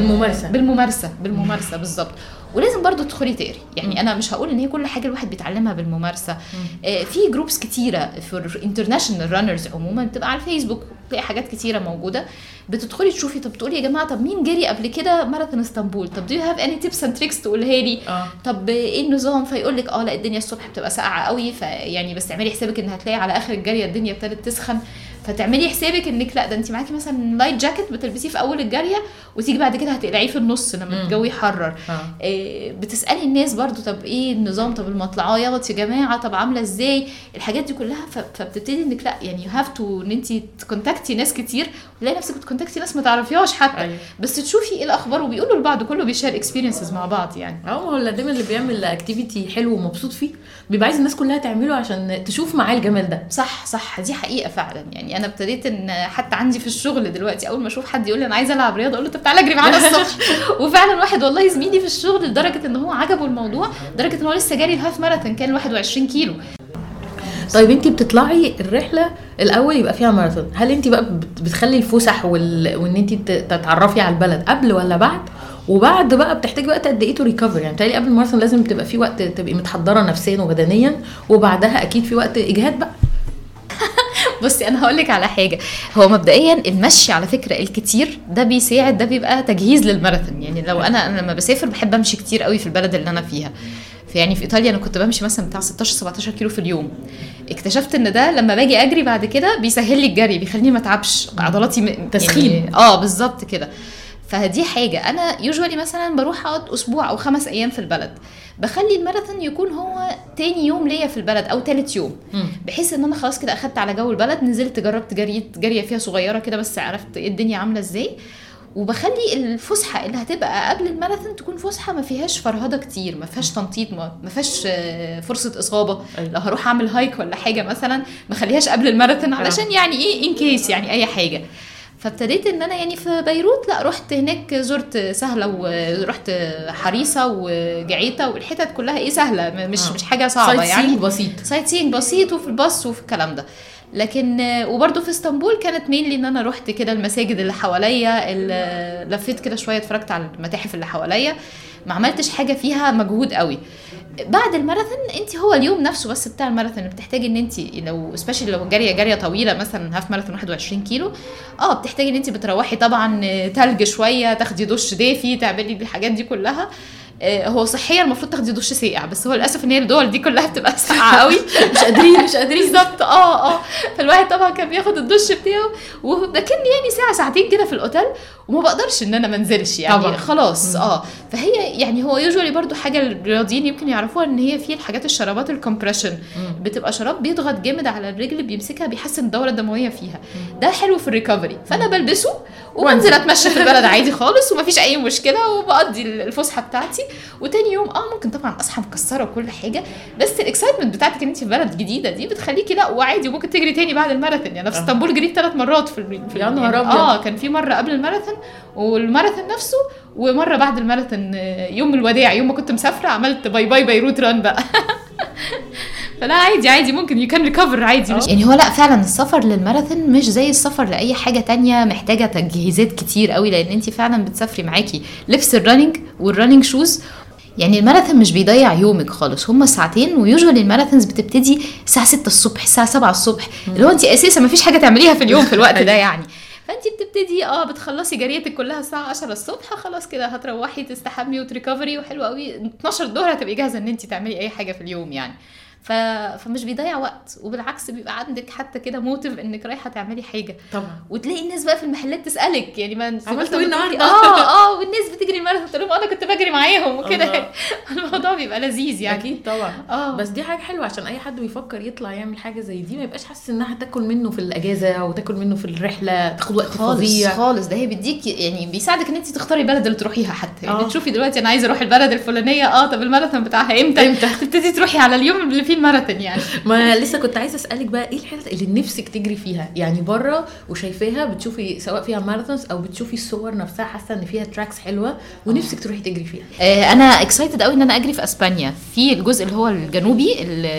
بالممارسه بالظبط. ولازم برضو تدخلي تقري، يعني انا مش هقول ان هي كل حاجه الواحد بيتعلمها بالممارسه. في جروبس كتيره في انترناشونال رانرز عموما بتبقى على الفيسبوك، تلاقي حاجات كتيره موجوده بتدخلي تشوفي. طب تقولي يا جماعه طب مين جري قبل كده ماراثون اسطنبول، طب دو يو هاف اني تيبس اند تريكس تقولها لي. طب ايه النظام؟ فيقول لك لا الدنيا الصبح بتبقى ساقعه قوي، فيعني بس تعملي حسابك ان هتلاقي على اخر الجريه الدنيا ابتدت تسخن، فتعملي حسابك انك لا ده انت معاكي مثلا لايت جاكيت بتلبسيه في اول الجريه وتيجي بعد كده هتقلعيه في النص لما الجو يحرر. بتسالي الناس برضو طب ايه النظام، طب المطلعات يا جماعه طب عامله ازاي، الحاجات دي كلها. فبتبتدي انك لا يعني يو هاف تو ان انت تكونتاكتي ناس كتير، وتلاقي نفسك بتكونتاكتي ناس ما تعرفيهاش حتى. بس تشوفي ايه الاخبار وبيقولوا لبعض، كله بيشير اكسبيرينسز مع بعض يعني. هو دايما اللي بيعمل اكتيفيتي حلو ومبسوط فيه بيبقى عايز الناس كلها تعمله عشان تشوف معاه الجمال ده. صح دي حقيقه فعلا. يعني انا ابتديت ان حتى عندي في الشغل دلوقتي اول ما اشوف حد يقول لي انا عايزه العب رياضه اقول له طب تعالى اجري معانا الصبح. وفعلا واحد والله زميلي في الشغل لدرجه ان هو عجبه الموضوع، لدرجه ان هو لسه جاري الهاف ماراثون كان 21 كيلو. طيب انتي بتطلعي الرحله الاول يبقى فيها ماراثون، هل انتي بقى بتخلي الفسح وان انتي تتعرفي على البلد قبل ولا بعد؟ وبعد بقى بتحتاجي وقت قد ايه تو ريكفر؟ يعني بتاعي قبل الماراثون لازم تبقى في وقت تبقي متحضره نفسيا وبدنيا، وبعدها اكيد في وقت اجهاد بقى. بصي انا هقول لك على حاجه، هو مبدئيا المشي على فكره الكتير ده بيساعد، ده بيبقى تجهيز للماراثون. يعني لو انا لما بسافر بحب امشي كتير قوي في البلد اللي انا فيها. يعني في ايطاليا انا كنت بمشي مثلا بتاع 16-17 كيلو في اليوم. اكتشفت ان ده لما باجي اجري بعد كده بيسهل لي الجري، بيخليني ما اتعبش، عضلاتي تسخين. يعني بالظبط كده. فدي حاجه انا يوجوالي مثلا بروح اقعد اسبوع او 5 ايام في البلد، بخلي الماراثون يكون هو تاني يوم ليا في البلد او تالت يوم، بحيث ان انا خلاص كده اخدت على جو البلد، نزلت جربت جريه فيها صغيره كده بس عرفت ايه الدنيا عامله ازاي. وبخلي الفسحه اللي هتبقى قبل الماراثون تكون فسحه ما فيهاش فرهده كتير، ما فيهاش تنطيط، ما فيهاش فرصه اصابه. لو هروح اعمل هايك ولا حاجه مثلا ما خليهاش قبل الماراثون علشان يعني ايه ان كيس يعني اي حاجه. فابتديت ان انا يعني في بيروت لا رحت هناك زرت سهله ورحت حريصه وجعيته والحتت كلها سهله مش حاجه صعبه يعني سايت سينج بسيط وفي الباص وفي الكلام ده. لكن وبرده في اسطنبول كانت مينلي ان انا رحت كده المساجد اللي حواليا، لفيت كده شويه اتفرجت على المتاحف اللي حواليا، ما عملتش حاجه فيها مجهود قوي. بعد الماراثون انت هو اليوم نفسه بس بتاع الماراثون بتحتاجي ان انت لو سبيشال لو جاريه طويله مثلا هاف ماراثون 21 كيلو بتحتاجي ان انت بتروحي طبعا تلج شويه، تاخدي دش دافي، تعملي الحاجات دي كلها. هو صحيا المفروض تاخدي دش ساقع، بس هو للاسف ان هي الدول دي كلها بتبقى ساقعه قوي مش قادرين بالظبط. فالواحد طبعا كان بياخد الدش بتاعه وبكني يعني ساعتين كده في الاوتيل، وما بقدرش ان انا منزلش يعني طبعا. خلاص فهي يعني هو يوجوالي برضو حاجه الرياضيين يمكن يعرفوها ان هي في الحاجات الشرابات الكمبريشن بتبقى شراب بيضغط جامد على الرجل، بيمسكها بيحسن الدوره الدمويه فيها، ده حلو في الريكفري. فانا بلبسه وبنزل اتمشى في البلد عادي خالص ومفيش اي مشكله، وبقضي الفسحه بتاعتي. وتاني يوم ممكن طبعا اصحى مكسره وكل حاجه، بس الاكسايتمنت بتاعتك ان انت في بلد جديده دي بتخليكي لا وعادي وممكن تجري تاني بعد الماراثون. يعني انا في اسطنبول جريت 3 مرات في يا نهار ابيض. كان في مره قبل الماراثون والماراثون نفسه، ومره بعد الماراثون يوم الوداع، يوم ما كنت مسافره عملت باي باي بيروت ران بقى. فلا عادي ممكن يو كان ريكفر عادي. يعني هو لا فعلا السفر للماراثون مش زي السفر لاي حاجه تانية محتاجه تجهيزات كتير قوي، لان انت فعلا بتسافري معاكي لبس الرننج والرننج شوز. يعني الماراثون مش بيضيع يومك خالص، هم ساعتين، ويوجوالي الماراثونز بتبتدي الساعه 6 الصبح الساعه 7 الصبح، اللي هو انت اساسا ما فيش حاجه تعمليها في اليوم في الوقت ده يعني. فانت بتبتدي بتخلصي جريتك كلها الساعه 10 الصبح، خلاص كده هتروحي تستحمي وتريكفري وحلو قوي، 12 الظهر هتبقي جاهزه ان انت تعملي اي حاجه في اليوم يعني. فمش بيضيع وقت، وبالعكس بيبقى عندك حتى كده موتيف انك رايحه تعملي حاجه طبعا. وتلاقي الناس بقى في المحلات تسالك يعني ما عملتوا ايه النهارده؟ والناس بتجري الماراثون تقول لهم انا كنت بجري معاهم وكده. الموضوع بيبقى لذيذ يعني. اكيد طبعا. بس دي حاجه حلوه عشان اي حد بيفكر يطلع يعمل حاجه زي دي ما يبقاش حاسس انها هتاكل منه في الاجازه او تاكل منه في الرحله، تاخد وقت فظيع خالص. ده هي بيديك يعني بيساعدك ان انت تختاري البلد اللي تروحيها حتى. يعني تشوفي دلوقتي انا عايزه اروح البلد الفلانيه، طب الماراثون بتاعها امتى؟ تبتدي تروحي على اليوم اللي فيه الماراثون يعني. ما لسه كنت عايزه اسالك بقى ايه الحاجات اللي نفسك تجري فيها يعني بره وشايفاها بتشوفي سواء فيها ماراثونز او بتشوفي الصور نفسها حاسه ان فيها تراكس حلوه ونفسك تروحي تجري فيها؟ انا اكسايتد قوي ان انا اجري في اسبانيا، في الجزء اللي هو الجنوبي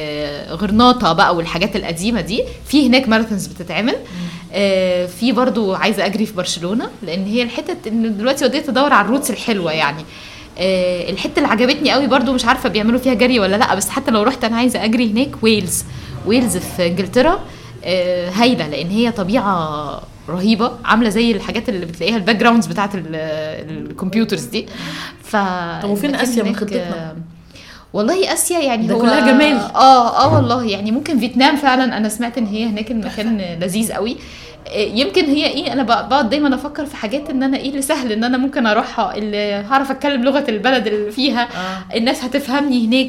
غرناطه بقى والحاجات القديمه دي، في هناك ماراثونز بتتعمل. في برضو عايزه اجري في برشلونه، لان هي الحته ان دلوقتي وديت ادور على الروتس الحلوه يعني. الحته اللي عجبتني قوي برضو مش عارفه بيعملوا فيها جري ولا لا، بس حتى لو رحت انا عايزه اجري هناك ويلز في انجلترا. هايله لان هي طبيعه رهيبه، عامله زي الحاجات اللي بتلاقيها الباك جراوندز بتاعه الكمبيوترز دي. طب وفين اسيا من خطتنا؟ والله اسيا يعني هو كلها جمال. والله يعني ممكن فيتنام فعلا، انا سمعت ان هي هناك المكان لذيذ قوي. يمكن هي انا بقعد دايما افكر في حاجات ان انا اللي سهل ان انا ممكن اروحها، اللي هعرف اتكلم لغه البلد اللي فيها. الناس هتفهمني هناك.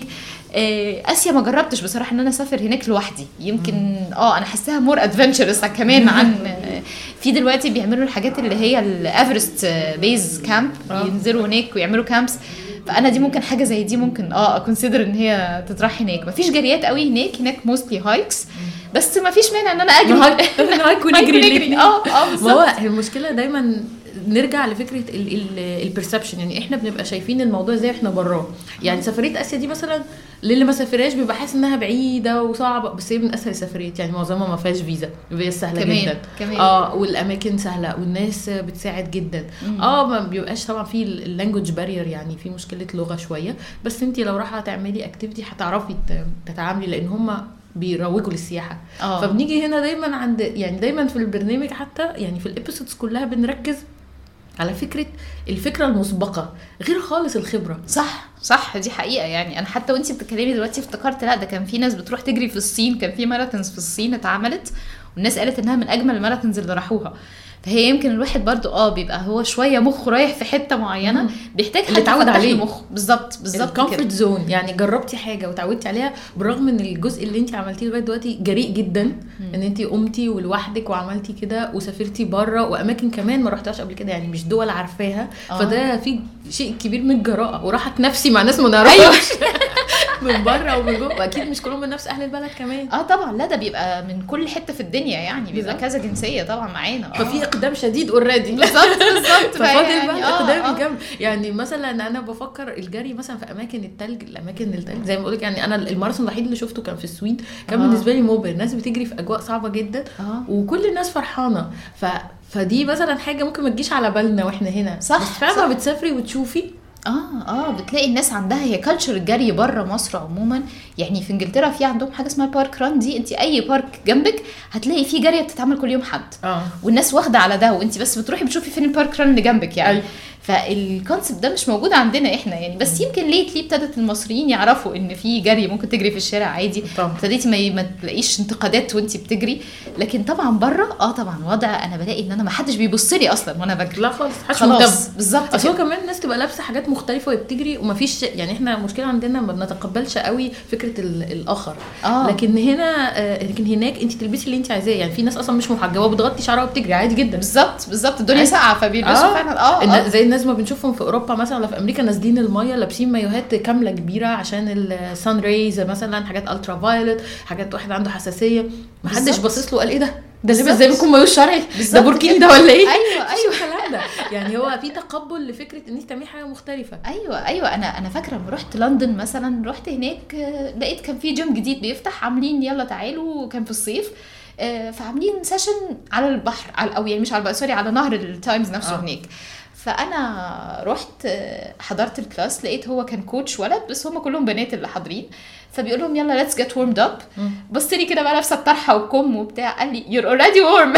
اسيا ما جربتش بصراحه ان انا اسافر هناك لوحدي، يمكن انا حاساها مور ادفنتشرس كمان عن في دلوقتي بيعملوا الحاجات اللي هي الافرست بيز كامب، ينزلوا هناك ويعملوا كامبس. فانا دي ممكن حاجه زي دي ممكن اكونسيدر ان هي تطرح هناك. مفيش جريات قوي هناك موستلي هايكس، بس مفيش مانع ان انا اجري هايك ونجري. ما هو المشكله دايما نرجع لفكره البرسبشن، يعني احنا بنبقى شايفين الموضوع زي احنا براه. يعني سفريه اسيا دي مثلا للي ما سافرهاش بيبقى حاسس انها بعيده وصعبه، بس هي من اسهل السفريات يعني، معظمها ما فيهاش فيزا، بيبقى سهله جدا والاماكن سهله والناس بتساعد جدا. ما بيبقاش طبعا في اللانجويج بارير، يعني في مشكله لغه شويه، بس انت لو رايحه تعملي اكتيفيتي هتعرفي تتعاملي، لان هم بيروجوا للسياحه. فبنيجي هنا دايما عند يعني دايما في البرنامج حتى يعني في الابيسودز كلها بنركز على الفكره المسبقه غير خالص الخبره. صح دي حقيقه. يعني انا حتى وانتي بتتكلمي دلوقتي افتكرت لا ده كان في ناس بتروح تجري في الصين، كان في ماراثونز في الصين اتعملت والناس قالت انها من اجمل الماراثونز اللي راحوها. فهي يمكن الواحد برضو بيبقى هو شويه مخه رايح في حته معينه بيحتاج اللي تعود عليه مخ. بالظبط الكومفورت زون. يعني جربتي حاجه وتعودتي عليها، بالرغم ان الجزء اللي انت عملتيه لغايه دلوقتي جريء جدا، ان انت قمتي ولوحدك وعملتي كده وسافرتي بره واماكن كمان ما رحتهاش قبل كده، يعني مش دول عارفاها. فده في شيء كبير من الجراءه وراحه نفسي مع ناس ما نعرفهاش. من بره ومن جوه، واكيد مش كلهم من نفس اهل البلد كمان. طبعا لا ده بيبقى من كل حته في الدنيا يعني، بيبقى كذا جنسيه طبعا معانا. ففي اقدام شديد اوريدي. بالظبط ففاضل بقى اقدام الجنب. يعني مثلا انا بفكر الجري مثلا في اماكن التلج زي ما بقول لك. يعني انا الماراثون الوحيد اللي شفته كان في السويد، كان بالنسبه لي مبهر. ناس بتجري في اجواء صعبه جدا وكل الناس فرحانه. فدي مثلا حاجه ممكن ما تجيش على بالنا واحنا هنا، بس فعلا بتسافري وتشوفي بتلاقي الناس عندها هي كالتشر الجري بره مصر عموما. يعني في انجلترا في عندهم حاجه اسمها بارك ران، دي انت اي بارك جنبك هتلاقي فيه جريه بتتعمل كل يوم حد والناس واخده على ده، وانت بس بتروحي بتشوفي فين البارك ران اللي جنبك يعني. فالكونسبت ده مش موجود عندنا احنا يعني، بس يمكن ليه ابتدت المصريين يعرفوا ان في جري ممكن تجري في الشارع عادي. ابتديتي ما تلاقيش انتقادات وانت بتجري. لكن طبعا بره طبعا وضع انا بلاقي ان انا ما حدش بيبص لي اصلا وانا بجري. لا خلاص بالظبط. اصل كمان الناس تبقى لابسه حاجات مختلفه وهي بتجري وما فيش يعني. احنا مشكله عندنا ما بنتقبلش قوي فكره الاخر. لكن هناك انت تلبسي اللي انت عايزاه. يعني في ناس اصلا مش محجبه وبتغطي شعرها وبتجري عادي جدا. بالظبط الدنيا ساقعه فبيلبسوا فعلا زي الناس الناس ما بنشوفهم في اوروبا مثلا ولا في امريكا نازلين الميه لابسين مايوهات كامله كبيره عشان السان ريز مثلا، حاجات الترا فايولت، حاجات واحد عنده حساسيه، ما حدش بالظبط. باصص له قال ايه ده لابس بالظبط. زي ما يكون مايو شرعي، ده بالظبط بوركين كده. ده ولا ايه؟ ايوه ايوه الكلام ده. يعني هو في تقبل لفكره ان انت تعملي حاجه مختلفه. ايوه انا فاكره لما رحت لندن مثلا، رحت هناك لقيت كان في جيم جديد بيفتح، عاملين يلا تعالوا، كان في الصيف، فعاملين سيشن على البحر، او يعني مش على البحر، سوري، على نهر التايمز نفسه هناك. فانا رحت حضرت الكلاس، لقيت هو كان كوتش ولد بس هم كلهم بنات اللي حاضرين، فبيقول لهم يلا ليتس جيت وورمد اب. بص لي كده بقى لابسه الطرحه والكم وبتاع، قال لي يور اوريدي وورم.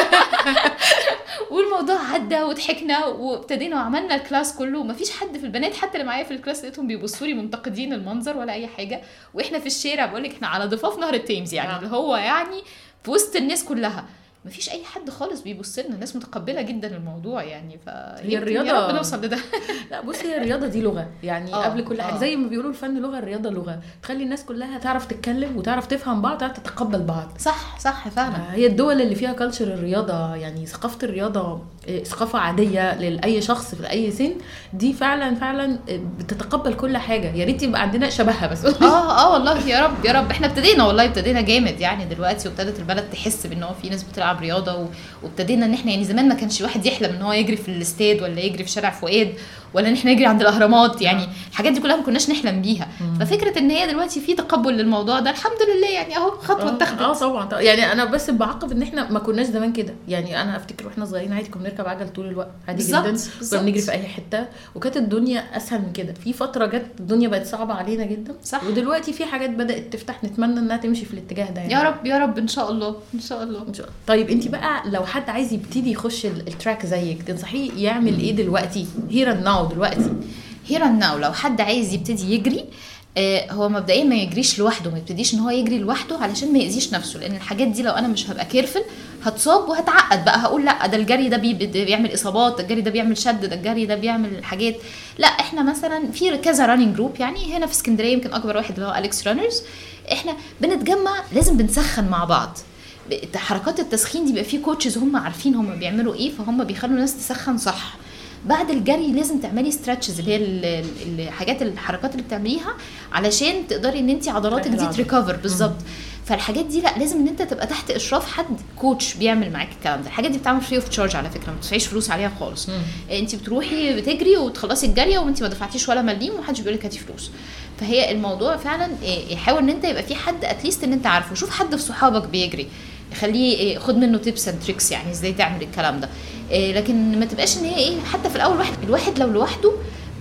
والموضوع عدى وضحكنا وابتدينا وعملنا الكلاس كله، مفيش حد في البنات حتى اللي معايا في الكلاس لقيتهم بيبصوا لي منتقدين المنظر ولا اي حاجه، واحنا في الشارع، بقول لك احنا على ضفاف نهر التيمز يعني اللي هو يعني في وسط الناس كلها، مفيش اي حد خالص بيبص لنا، الناس متقبله جدا الموضوع يعني. هي الرياضه يا رب نوصل لده. لا بصي، هي الرياضه دي لغه يعني قبل كل حاجه، زي ما بيقولوا الفن لغه، الرياضه لغه تخلي الناس كلها تعرف تتكلم وتعرف تفهم بعض، تعرف تتقبل بعض. صح فعلا. هي الدول اللي فيها كلتشر الرياضه، يعني ثقافه الرياضه ثقافه عاديه لاي شخص في اي سن، دي فعلا بتتقبل كل حاجه. يا ريت يبقى عندنا شبهها بس. والله يا رب احنا ابتدينا جامد يعني دلوقتي، وابتدت البلد تحس بان هو في ناس بتلعب رياضه، وابتدينا ان احنا يعني زمان ما كانش واحد يحلم ان هو يجري في الاستاد ولا يجري في شارع فؤاد ولا ان احنا نجري عند الاهرامات، يعني الحاجات دي كلها ما كناش نحلم بيها. ففكره ان هي دلوقتي في تقبل للموضوع ده الحمد لله، يعني اهو خطوه اتخذت. طبعا. يعني انا بس بعقب ان احنا ما كناش زمان كده، يعني انا افتكر واحنا صغيرين عادي كنا بنركب عجل طول الوقت عادي جدا، كنا بنجري في اي حته، وكانت الدنيا اسهل من كده. في فتره جت الدنيا بقت صعبه علينا جدا، صح. ودلوقتي في حاجات بدات تفتح، نتمنى انها تمشي في الاتجاه ده يعني. يا رب ان شاء الله ان شاء الله. طيب انت بقى لو حد عايز يبتدي يخش التراك زيك، تنصحيه يعمل ايه دلوقتي؟ هير اند ناو دلوقتي. هير اند ناو لو حد عايز يبتدي يجري، هو مبدئيا ما يجريش لوحده، ما يبتديش ان هو يجري لوحده علشان ما يأذيش نفسه، لان الحاجات دي لو انا مش هبقى كيرفل هتصاب وهتعقد بقى، هقول لا ده الجري ده بيعمل اصابات، ده الجري ده بيعمل شد، ده الجري ده بيعمل حاجات. لا احنا مثلا في كذا رانينج جروب، يعني هنا في اسكندريه يمكن اكبر واحد اللي هو أليكس رانرز، احنا بنتجمع لازم بنسخن مع بعض. حركات التسخين دي بيبقى فيه كوتشز هم عارفين هم بيعملوا ايه، فهم بيخلوا الناس تسخن صح. بعد الجري لازم تعملي ستريتشز، اللي هي الحاجات الحركات اللي بتعمليها علشان تقدري ان انت عضلاتك دي تريكفر بالظبط. فالحاجات دي لا، لازم ان انت تبقى تحت اشراف حد كوتش بيعمل معاك الكلام ده. الحاجات دي بتعمل فري اوف تشارج على فكره، ما بتدفعيش فلوس عليها خالص. انت بتروحي بتجري وتخلصي الجريه وانت ما دفعتيش ولا مليم، ومحدش بيقول لك هاتي فلوس. فهي الموضوع فعلا يحاول ان انت يبقى في حد اتليست ان انت عارفه، شوف حد في صحابك بيجري، خليه خد منه تيبس اند تريكس يعني ازاي تعمل الكلام ده. لكن ما تبقاش ان هي حتى في الاول الواحد لو لوحده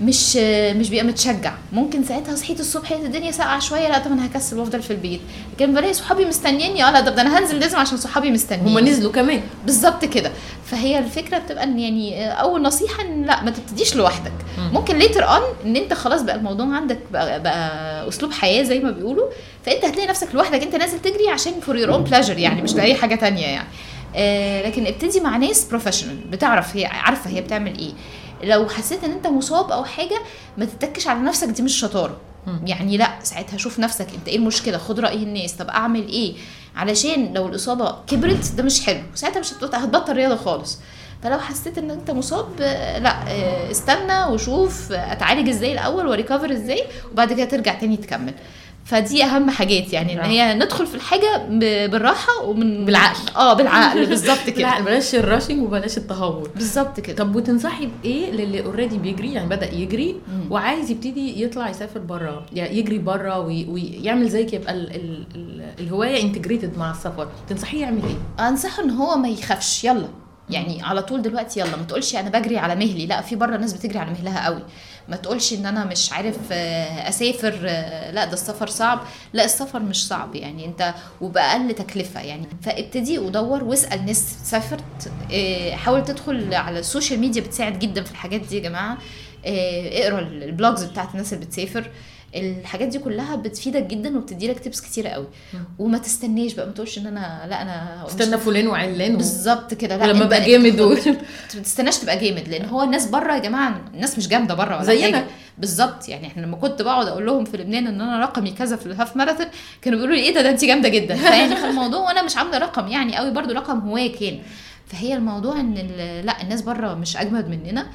مش بيبقى متشجع، ممكن ساعتها صحيت الصبح الدنيا ساقعه شويه، لا طب انا هكسل وافضل في البيت، لكن بلاقي صحابي مستنيني، لا ده انا هنزل لازم عشان صحابي مستنيني، هم نزلوا كمان بالظبط كده. فهي الفكره بتبقى ان يعني اول نصيحه ان لا ما تبتديش لوحدك. ممكن ليتر اون ان انت خلاص بقى الموضوع عندك بقى اسلوب حياه زي ما بيقولوا، فانت هتلاقي نفسك لوحدك انت نازل تجري عشان فور يور اون بلاجر يعني، مش لاي حاجه تانية يعني. لكن ابتدي مع ناس بروفيشنال بتعرف، هي عارفه هي بتعمل ايه. لو حسيت ان انت مصاب او حاجه ما تتكش على نفسك، دي مش شطاره يعني، لا ساعتها شوف نفسك انت ايه المشكله، خد راي الناس، طب اعمل ايه، علشان لو الاصابه كبرت ده مش حلو، ساعتها مش هتبطل رياضه خالص. فلو حسيت ان انت مصاب لا استنى وشوف اتعالج ازاي الاول وريكفر ازاي، وبعد كده ترجع تاني تكمل. فدي اهم حاجات يعني، ان هي ندخل في الحاجه بالراحه ومن بالعقل. بالعقل بالظبط كده. لا بلاش الراشنج وبلاش التهور بالظبط كده. طب وتنصحي بايه للي اوريدي بيجري، يعني بدا يجري وعايز يبتدي يطلع يسافر بره، يعني يجري بره ويعمل زيك، يبقى الهوايه انتجريتد مع السفر، تنصحيه يعمل ايه؟ انصحه ان هو ما يخافش، يلا يعني على طول دلوقتي يلا، ما تقولش انا بجري على مهلي، لا في بره ناس بتجري على مهلها قوي. ما تقولش ان انا مش عارف اسافر، لا ده السفر صعب، لا السفر مش صعب يعني، انت وباقل تكلفه يعني. فابتدي ودور واسال ناس سافرت، حاول تدخل على السوشيال ميديا بتساعد جدا في الحاجات دي يا جماعه. اقرا البلوجز بتاعت الناس اللي بتسافر، الحاجات دي كلها بتفيدك جدا وبتدي لك تيبس كتيره قوي. وما تستنيش بقى، ما تقولش ان انا استنى فلان وعلان بالظبط كده، لا لما بقى جامد ما تستناش تبقى جامد، لان هو الناس بره يا جماعه الناس مش جامده بره ولا زينا بالظبط يعني. احنا لما كنت بقعد اقول لهم في لبنان ان انا رقمي كذا في الهاف ماراثون، كانوا بيقولوا لي ايه ده انت جامده جدا. فيعني في الموضوع وانا مش عامله رقم يعني قوي، برضو رقم هواك يعني. فهي الموضوع ان لا الناس بره مش اجمد مننا،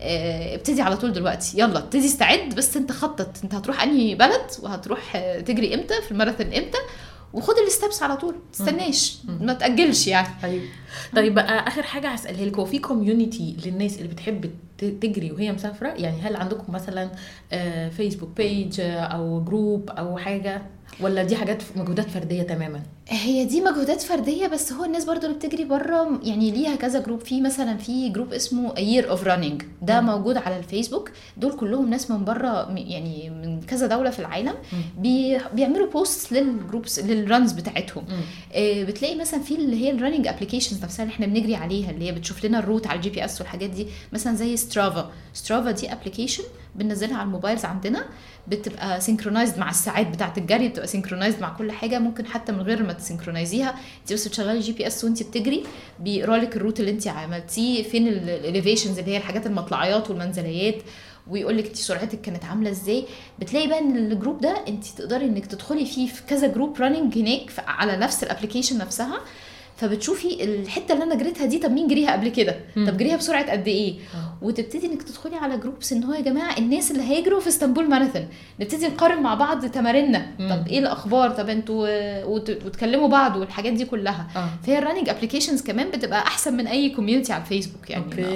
ابتدي على طول دلوقتي، يلا ابتدي استعد، بس انت خطط انت هتروح انهي بلد وهتروح تجري امتى في الماراثون امتى، وخد الستبس على طول، تستناش ما تاجلش يعني. طيب بقى اخر حاجه هسالها لكم، في كوميونتي للناس اللي بتحب تجري وهي مسافره؟ يعني هل عندكم مثلا فيسبوك بيج او جروب او حاجه، ولا دي حاجات مجهودات فرديه تماما؟ هي دي مجهودات فرديه، بس هو الناس برضو اللي بتجري بره يعني ليها كذا جروب. في مثلا في جروب اسمه A Year of Running، ده موجود على الفيسبوك. دول كلهم ناس من بره يعني من كذا دوله في العالم، بيعملوا بوست للجروبس للرانز بتاعتهم. بتلاقي مثلا في اللي هي الرننج ابلكيشنز نفسها اللي احنا بنجري عليها، اللي هي بتشوف لنا الروت على الGPS والحاجات دي، مثلا زي سترافا دي ابلكيشن بننزلها على الموبايلز عندنا، بتبقى سينكرونايزد مع الساعات بتاعه الجري، بتبقى سينكرونايزد مع كل حاجه. ممكن حتى من غير ما تسينكرونايزيها انت بس بتشغلي GPS وانت بتجري، بيقرا لك الروت اللي انت عملتيه فين، الاليفيشنز اللي هي الحاجات المطلعيات والمنزليات، ويقول لك انت سرعتك كانت عامله ازاي. بتلاقي بقى ان الجروب ده انت تقدري انك تدخلي فيه في كذا جروب راننج هناك على نفس الابلكيشن نفسها، فبتشوفي الحته اللي انا جريتها دي، طب مين جريها قبل كده، طب جريها بسرعه قد ايه، وتبتدي انك تدخلي على جروبس ان هو يا جماعه الناس اللي هيجروا في اسطنبول ماراثون، نبتدي نقارن مع بعض تماريننا، طب ايه الاخبار، طب انتوا وتكلموا بعض والحاجات دي كلها. فهي الراننج ابلكيشنز كمان بتبقى احسن من اي كوميونتي على الفيسبوك يعني.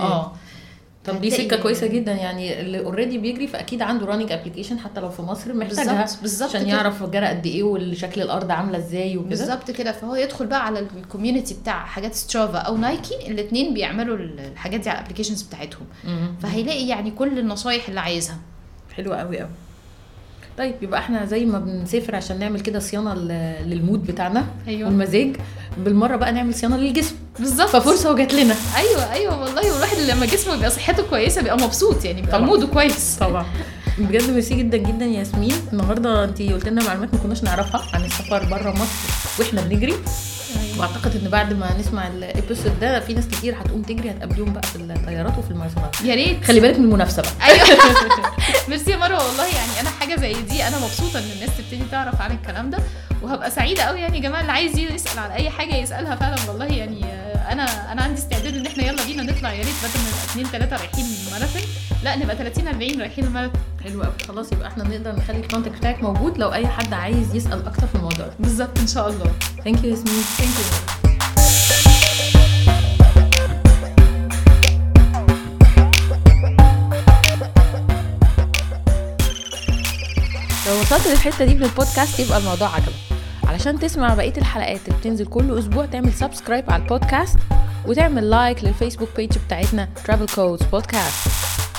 طب دي سكه كويسه جدا، يعني اللي اوريدي بيجري فاكيد عنده راننج ابلكيشن حتى لو في مصر محتاجها بالظبط عشان يعرف جرى قد ايه والشكل الارض عامله ازاي وكده. بالظبط كده. فهو يدخل بقى على الكوميونتي بتاع حاجات سترافا او نايكي، الاثنين بيعملوا الحاجات دي على الابلكيشنز بتاعتهم، فهيلاقي يعني كل النصايح اللي عايزها. حلوه قوي قوي. طيب يبقى احنا زي ما بنسافر عشان نعمل كده صيانه للمود بتاعنا والمزاج، بالمره بقى نعمل صيانه للجسم. بالظبط، ففرصه وجات لنا. ايوه والله، والواحد لما جسمه بيبقى صحته كويسه بيبقى مبسوط يعني، بيبقى موده كويس طبعا. بجد ميرسي جدا جدا يا ياسمين، النهارده انت قلت لنا معلومات ما كناش نعرفها عن السفر بره مصر واحنا بنجري. واعتقد ان بعد ما نسمع الابيسود ده في ناس كتير هتقوم تجري، هتقابليهم بقى في الطيارات وفي الماراثونات. يا ريت خلي بالك من المنافسه بقى. ايوه ميرسي يا مروه، والله يعني انا حاجه زي دي انا مبسوطه ان الناس تبتدي تعرف عن الكلام ده، وهبقى سعيده قوي يعني. يا جماعه اللي عايز يسال على اي حاجه يسالها فعلا والله يعني. انا عندي استعداد ان احنا يلا بينا نطلع، يا ريت بدل ما نبقى 2-3 رايحين الماراثون، لا نبقى 30-40 رايحين الماراثون. حلو قوي. خلاص يبقى احنا نقدر نخلي الكونتاكت بتاعك موجود لو اي حد عايز يسال اكتر في الموضوع ده. بالظبط ان شاء الله. ثانك يو ياسمين. ثانك يو. لو وصلت للحته دي من البودكاست يبقى الموضوع عجبك. علشان تسمع بقيه الحلقات اللي بتنزل كل اسبوع تعمل سبسكرايب على البودكاست وتعمل لايك للفيسبوك بيج بتاعتنا Travel Codes Podcast.